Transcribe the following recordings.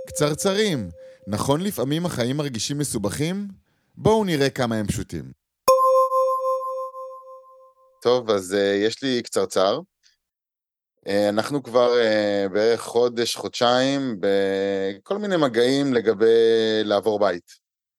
קצרצרים, נכון לפעמים החיים מרגישים מסובכים? בואו נראה כמה הם פשוטים. טוב, אז יש לי קצרצר. אנחנו כבר בערך חודש, חודשיים, בכל מיני מגעים לגבי לעבור בית.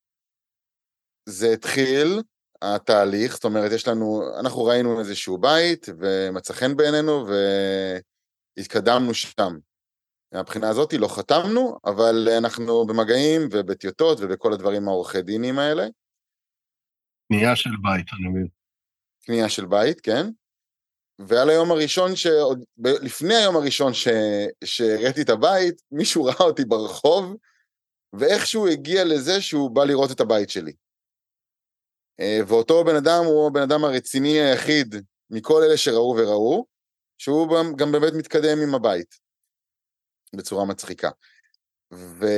זה התחיל, התהליך, זאת אומרת, אנחנו ראינו איזשהו בית, ומצא חן בעינינו, והתקדמנו שם. מהבחינה הזאת לא חתמנו, אבל אנחנו במגעים ובטיוטות ובכל הדברים העורכי דינים האלה. קנייה של בית, אני מבין. קנייה של בית, כן. ועל היום הראשון, לפני היום הראשון שהראיתי את הבית, מישהו ראה אותי ברחוב, ואיכשהו הגיע לזה שהוא בא לראות את הבית שלי. ואותו בן אדם הוא הבן אדם הרציני היחיד מכל אלה שראו וראו, שהוא גם באמת מתקדם עם הבית. בצורה מצחיקה. וכל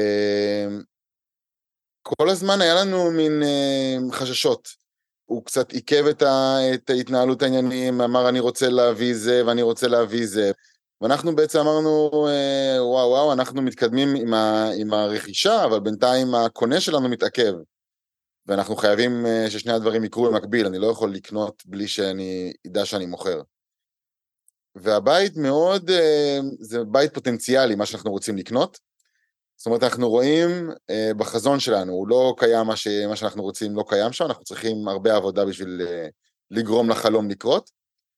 הזמן היה לנו מין חששות. הוא קצת עיכב את ההתנהלות העניינים, אמר אני רוצה להביא זה ואני רוצה להביא זה. ואנחנו בעצם אמרנו, וואו, אנחנו מתקדמים עם הרכישה, אבל בינתיים הקונה שלנו מתעכב. ואנחנו חייבים ששני הדברים יקרו במקביל, אני לא יכול לקנות בלי שאני ידע שאני מוכר. והבית מאוד, זה בית פוטנציאלי, מה שאנחנו רוצים לקנות. זאת אומרת, אנחנו רואים בחזון שלנו, הוא לא קיים, מה שאנחנו רוצים לא קיים שם, אנחנו צריכים הרבה עבודה בשביל לגרום לחלום לקרות.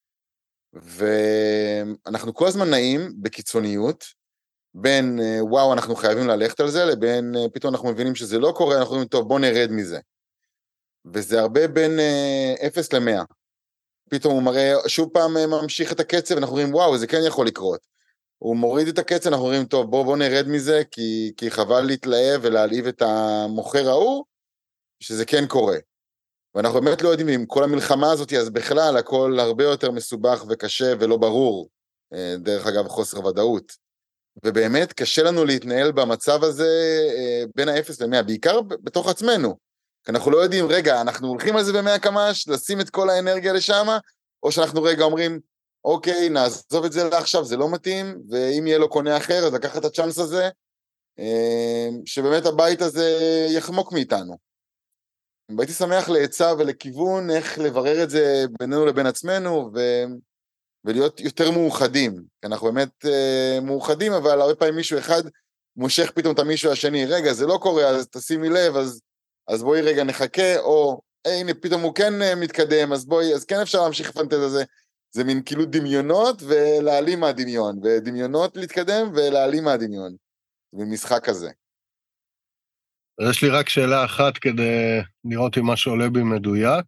ואנחנו כל הזמן נעים בקיצוניות, בין וואו, אנחנו חייבים ללכת על זה, לבין פתאום אנחנו מבינים שזה לא קורה, אנחנו אומרים, טוב, בוא נרד מזה. וזה הרבה בין 0 ל-100. פתאום הוא מראה, שוב פעם ממשיך את הקצב, אנחנו אומרים, וואו, זה כן יכול לקרות. הוא מוריד את הקצב, אנחנו אומרים, טוב, בוא נרד מזה, כי חבל להתלהב ולהלהיב את המוכר ההוא, שזה כן קורה. ואנחנו באמת לא יודעים, עם כל המלחמה הזאת, אז בכלל, הכל הרבה יותר מסובך וקשה ולא ברור, דרך אגב, חוסר ודאות. ובאמת, קשה לנו להתנהל במצב הזה, בין ה-0 ל-100, בעיקר בתוך עצמנו. כי אנחנו לא יודעים, רגע, אנחנו הולכים על זה ב-100 קמ"ש, לשים את כל האנרגיה לשם, או שאנחנו רגע אומרים, אוקיי, נעזוב את זה לעכשיו, זה לא מתאים, ואם יהיה לו קונה אחר, אז לקחת את הצ'אנס הזה, שבאמת הבית הזה יחמוק מאיתנו. והייתי שמח לעצה ולכיוון איך לברר את זה בינינו לבין עצמנו, ולהיות יותר מאוחדים. כי אנחנו באמת מאוחדים, אבל הרבה פעמים מישהו אחד מושך פתאום את המישהו השני, רגע, זה לא קורה, אז תשימי לב, אז בואי רגע נחכה, או הנה פתאום הוא כן מתקדם, אז כן אפשר להמשיך לפנטז הזה. זה מין כאילו דמיונות ולהעלים מהדמיון, ודמיונות להתקדם ולהעלים מהדמיון. זה משחק כזה. יש לי רק שאלה אחת כדי לראות אם מה שעולה בי מדויק.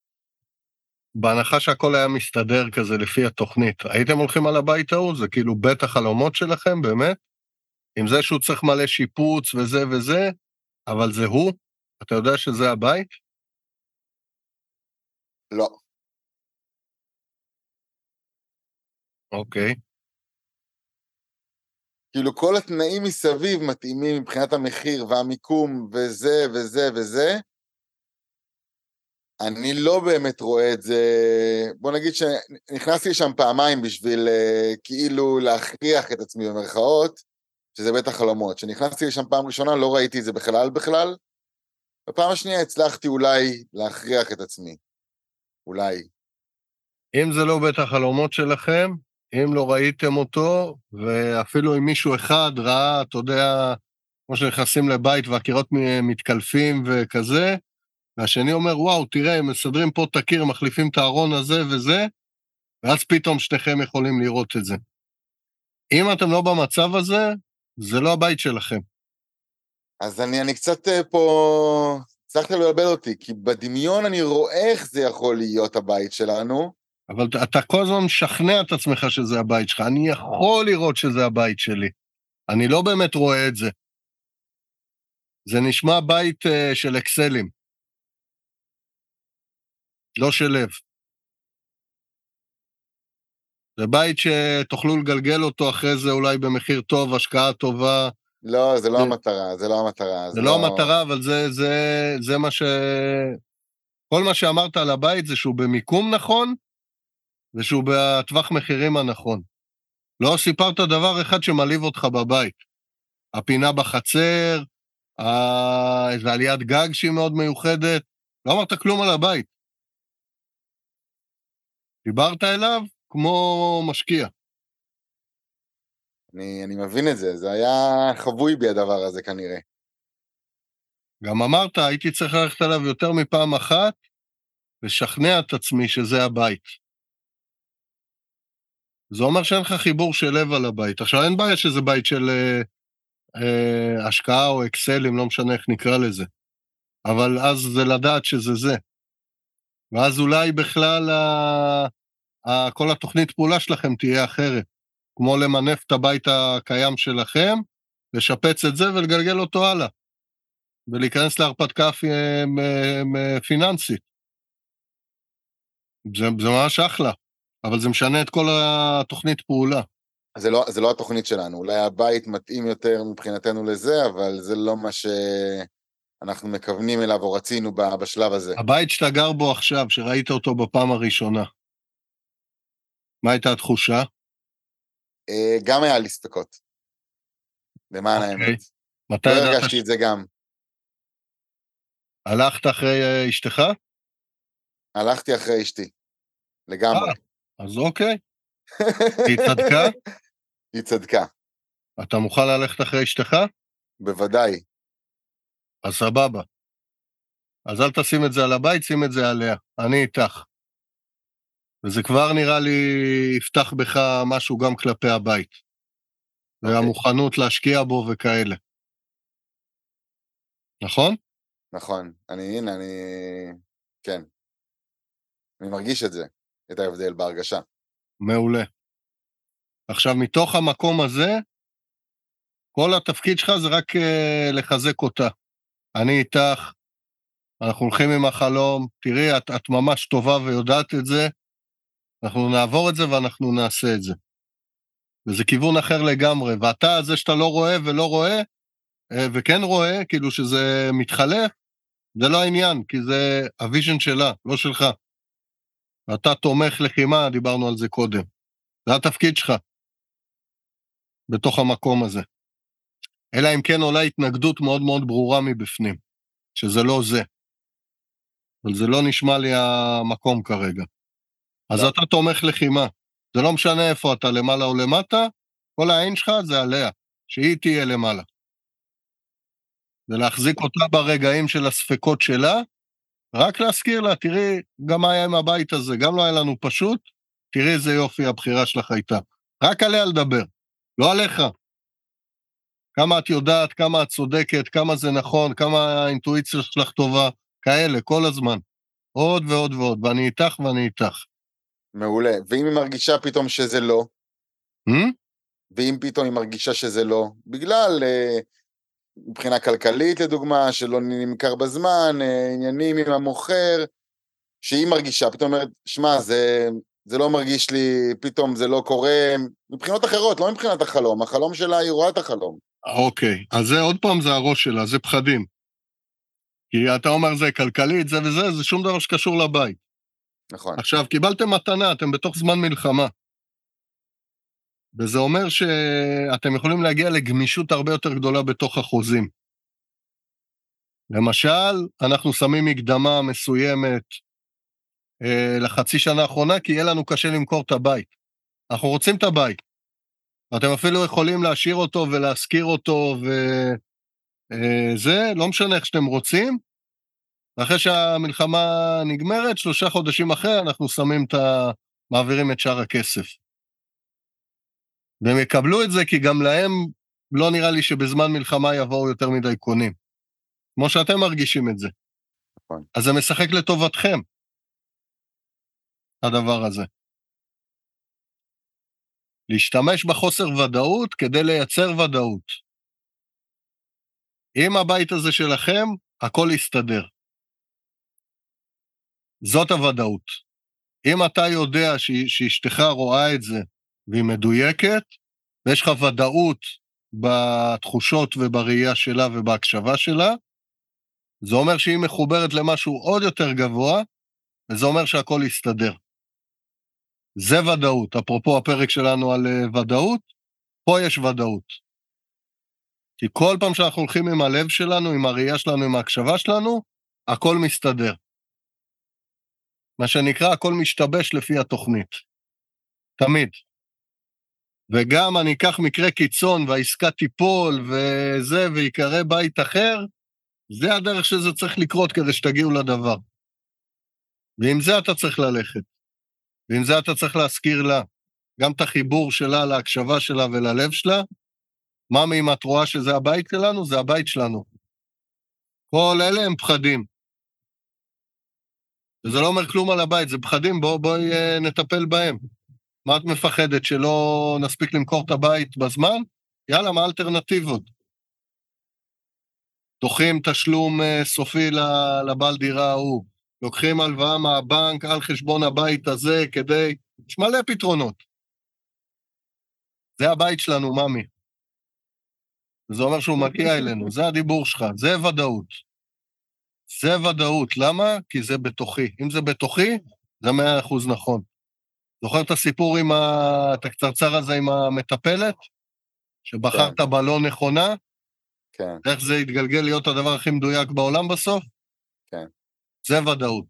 בהנחה שהכל היה מסתדר כזה לפי התוכנית, הייתם הולכים על הבית ההוא? זה כאילו בית החלומות שלכם, באמת? עם זה שהוא צריך מלא שיפוץ וזה וזה, אבל זה הוא? אתה יודע שזה הבית? לא. אוקיי. כאילו כל התנאים מסביב מתאימים מבחינת המחיר והמיקום וזה וזה וזה, אני לא באמת רואה את זה, בוא נגיד שנכנסתי לשם פעמיים בשביל כאילו להכריח את עצמי במרכאות, שזה בית החלומות. כשנכנסתי לשם פעם ראשונה לא ראיתי את זה בכלל, בפעם השנייה הצלחתי אולי להכריח את עצמי, אולי. אם זה לא בית החלומות שלכם, אם לא ראיתם אותו, ואפילו אם מישהו אחד ראה, אתה יודע, כמו שנכנסים לבית והקירות מתקלפים וכזה, והשני אומר, וואו, תראה, הם מסדרים פה את הקיר, מחליפים את הארון הזה וזה, ואז פתאום שניכם יכולים לראות את זה. אם אתם לא במצב הזה, זה לא הבית שלכם. אז אני קצת פה, צריך לבלבל אותי, כי בדמיון אני רואה איך זה יכול להיות הבית שלנו. אבל אתה כל הזמן משכנע את עצמך שזה הבית שלך, אני יכול לראות שזה הבית שלי. אני לא באמת רואה את זה. זה נשמע בית של אקסלים. לא של לב. זה בית שתוכלו לגלגל אותו אחרי זה אולי במחיר טוב, השקעה טובה. לא, זה לא המטרה, זה לא המטרה. זה לא המטרה, אבל זה מה כל מה שאמרת על הבית זה שהוא במיקום נכון, ושהוא בטווח מחירים הנכון. לא סיפרת דבר אחד שמעליב אותך בבית. הפינה בחצר, איזו עליית גג שהיא מאוד מיוחדת, לא אמרת כלום על הבית. דיברת אליו כמו משקיע. אני מבין את זה, זה היה חבוי בי הדבר הזה כנראה. גם אמרת, הייתי צריך ללכת עליו יותר מפעם אחת, לשכנע את עצמי שזה הבית. זה אומר שאין לך חיבור של לב על הבית. עכשיו אין בעיה שזה בית של השקעה או אקסלים, לא משנה איך נקרא לזה. אבל אז זה לדעת שזה זה. ואז אולי בכלל כל התוכנית פעולה שלכם תהיה אחרת. כמו למנף את הבית הקיים שלכם, לשפץ את זה ולגלגל אותו הלאה. ולהיכנס להרפתקה פיננסית. זה ממש אחלה, אבל זה משנה את כל התוכנית פעולה. זה לא התוכנית שלנו, אולי הבית מתאים יותר מבחינתנו לזה, אבל זה לא מה שאנחנו מכוונים אליו או רצינו בשלב הזה. הבית שאתה גר בו עכשיו, שראית אותו בפעם הראשונה, מה הייתה התחושה? גם היה לי ספקות, למען האמת. מתי לא הרגשתי את זה גם. הלכת אחרי אשתך? הלכתי אחרי אשתי, לגמרי. אז אוקיי. היא צדקה? היא צדקה. אתה מוכן ללכת אחרי אשתך? בוודאי. אז סבבה. אז אל תשים את זה על הבית, שים את זה עליה. אני איתך. וזה כבר נראה לי יפתח בך משהו גם כלפי הבית. והמוכנות להשקיע בו וכאלה. נכון? נכון. כן. אני מרגיש את זה, את ההבדל בהרגשה. מעולה. עכשיו, מתוך המקום הזה, כל התפקיד שלך זה רק לחזק אותה. אני איתך, אנחנו הולכים עם החלום, תראי, את ממש טובה ויודעת את זה, אנחנו נעבור את זה ואנחנו נעשה את זה. וזה כיוון אחר לגמרי, ואתה, זה שאתה לא רואה ולא רואה, וכן רואה, כאילו שזה מתחלף, זה לא העניין, כי זה הוויז'ן שלה, לא שלך. ואתה תומך לחימה, דיברנו על זה קודם. זה התפקיד שלך, בתוך המקום הזה. אלא אם כן עולה התנגדות מאוד מאוד ברורה מבפנים, שזה לא זה. אבל זה לא נשמע לי המקום כרגע. אז אתה תומך לחימה. זה לא משנה איפה אתה, למעלה או למטה, כל העין שלך זה עליה, שהיא תהיה למעלה. ולהחזיק אותה ברגעים של הספקות שלה, רק להזכיר לה, תראי, גם מה היה עם הבית הזה, גם לא היה לנו פשוט, תראי איזה יופי הבחירה שלך הייתה. רק עליה לדבר, לא עליך. כמה את יודעת, כמה את צודקת, כמה זה נכון, כמה האינטואיציה שלך טובה, כאלה, כל הזמן. עוד ועוד ועוד, ואני איתך ואני איתך. מעולה. ואם היא מרגישה פתאום שזה לא? ואם פתאום היא מרגישה שזה לא? בגלל, מבחינה כלכלית לדוגמה, שלא נמכר בזמן, עניינים עם המוכר, שהיא מרגישה, פתאום אומרת, שמע, זה לא מרגיש לי, פתאום זה לא קורה, מבחינות אחרות, לא מבחינת החלום, החלום שלה היא רואה את החלום. אוקיי, אז זה עוד פעם זה הראש שלה, זה פחדים. כי אתה אומר זה כלכלית, זה וזה, זה שום דבר שקשור לבית. נכון. עכשיו, קיבלתם מתנה, אתם בתוך זמן מלחמה. וזה אומר שאתם יכולים להגיע לגמישות הרבה יותר גדולה בתוך החוזים. למשל, אנחנו שמים מקדמה מסוימת לחצי שנה האחרונה, כי יהיה לנו קשה למכור את הבית. אנחנו רוצים את הבית. ואתם אפילו יכולים להשאיר אותו ולהזכיר אותו, וזה לא משנה איך שאתם רוצים. ואחרי שהמלחמה נגמרת, 3 חודשים אחרי, אנחנו מעבירים את שאר הכסף. והם יקבלו את זה, כי גם להם לא נראה לי שבזמן מלחמה יבואו יותר מדי קונים. כמו שאתם מרגישים את זה. נכון. אז זה משחק לטובתכם, הדבר הזה. להשתמש בחוסר ודאות כדי לייצר ודאות. עם הבית הזה שלכם, הכל יסתדר. זאת הוודאות. אם אתה יודע שאשתך רואה את זה, והיא מדויקת, ויש לך ודאות בתחושות ובראייה שלה ובהקשבה שלה, זה אומר שהיא מחוברת למשהו עוד יותר גבוה, וזה אומר שהכל יסתדר. זה ודאות. אפרופו הפרק שלנו על ודאות, פה יש ודאות. כי כל פעם שאנחנו הולכים עם הלב שלנו, עם הראייה שלנו, עם ההקשבה שלנו, הכל מסתדר. מה שנקרא, הכל משתבש לפי התוכנית. תמיד. וגם אני אקח מקרה קיצון, והעסקה תיפול, וזה, ויקרא בית אחר, זה הדרך שזה צריך לקרות כדי שתגיעו לדבר. ועם זה אתה צריך ללכת. ועם זה אתה צריך להזכיר לה. גם את החיבור שלה, להקשבה שלה וללב שלה. ממי, אם את רואה שזה הבית שלנו, זה הבית שלנו. כל אלה הם פחדים. וזה לא אומר כלום על הבית, זה פחדים, בואי נטפל בהם. מה את מפחדת, שלא נספיק למכור את הבית בזמן? יאללה, מה האלטרנטיבות? דוחים תשלום סופי לבעל דירה ההוא, לוקחים הלוואה מהבנק על חשבון הבית הזה כדי... יש מלא פתרונות. זה הבית שלנו, ממי. זה אומר שהוא מגיע אלינו, זה הדיבור שלך, זה ודאות. זה ודאות, למה? כי זה בתוכי. אם זה בתוכי, זה 100% נכון. זוכר את הסיפור את הקצרצר הזה עם המטפלת? שבחרת כן. בלון נכונה? כן. איך זה יתגלגל להיות הדבר הכי מדויק בעולם בסוף? כן. זה ודאות.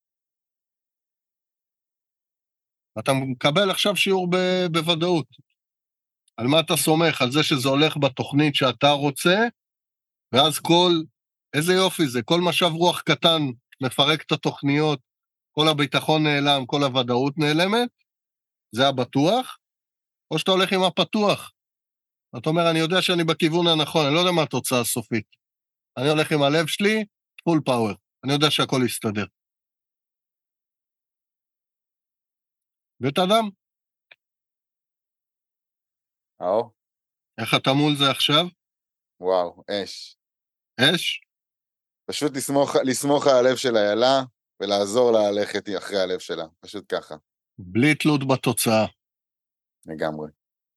אתה מקבל עכשיו שיעור בוודאות. על מה אתה סומך? על זה שזה הולך בתוכנית שאתה רוצה, ואז איזה יופי זה, כל משב רוח קטן מפרק את התוכניות, כל הביטחון נעלם, כל הוודאות נעלמת, זה הבטוח, או שאתה הולך עם הפתוח. אתה אומר, אני יודע שאני בכיוון הנכון, אני לא יודע מה התוצאה הסופית. אני הולך עם הלב שלי, פול פאוור. אני יודע שהכל יסתדר. בית אדם. איך אתה מול זה עכשיו? וואו, אש. אש? פשוט לסמוך על הלב של איילה, ולעזור לה ללכת אחרי הלב שלה. פשוט ככה. בלי תלות בתוצאה. לגמרי.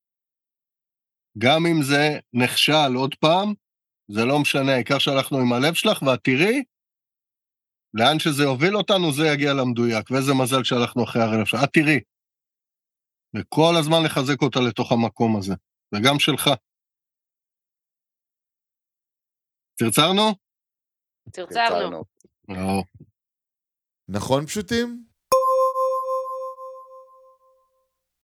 גם אם זה נכשל עוד פעם, זה לא משנה, העיקר שהלכנו עם הלב שלך, ואת תראי, לאן שזה יוביל אותנו, זה יגיע למדויק, ואיזה מזל שהלכנו אחרי הלב שלך. את תראי. וכל הזמן לחזק אותה לתוך המקום הזה, וגם שלך. צרצרנו? צרצרנו. לא. נכון פשוטים?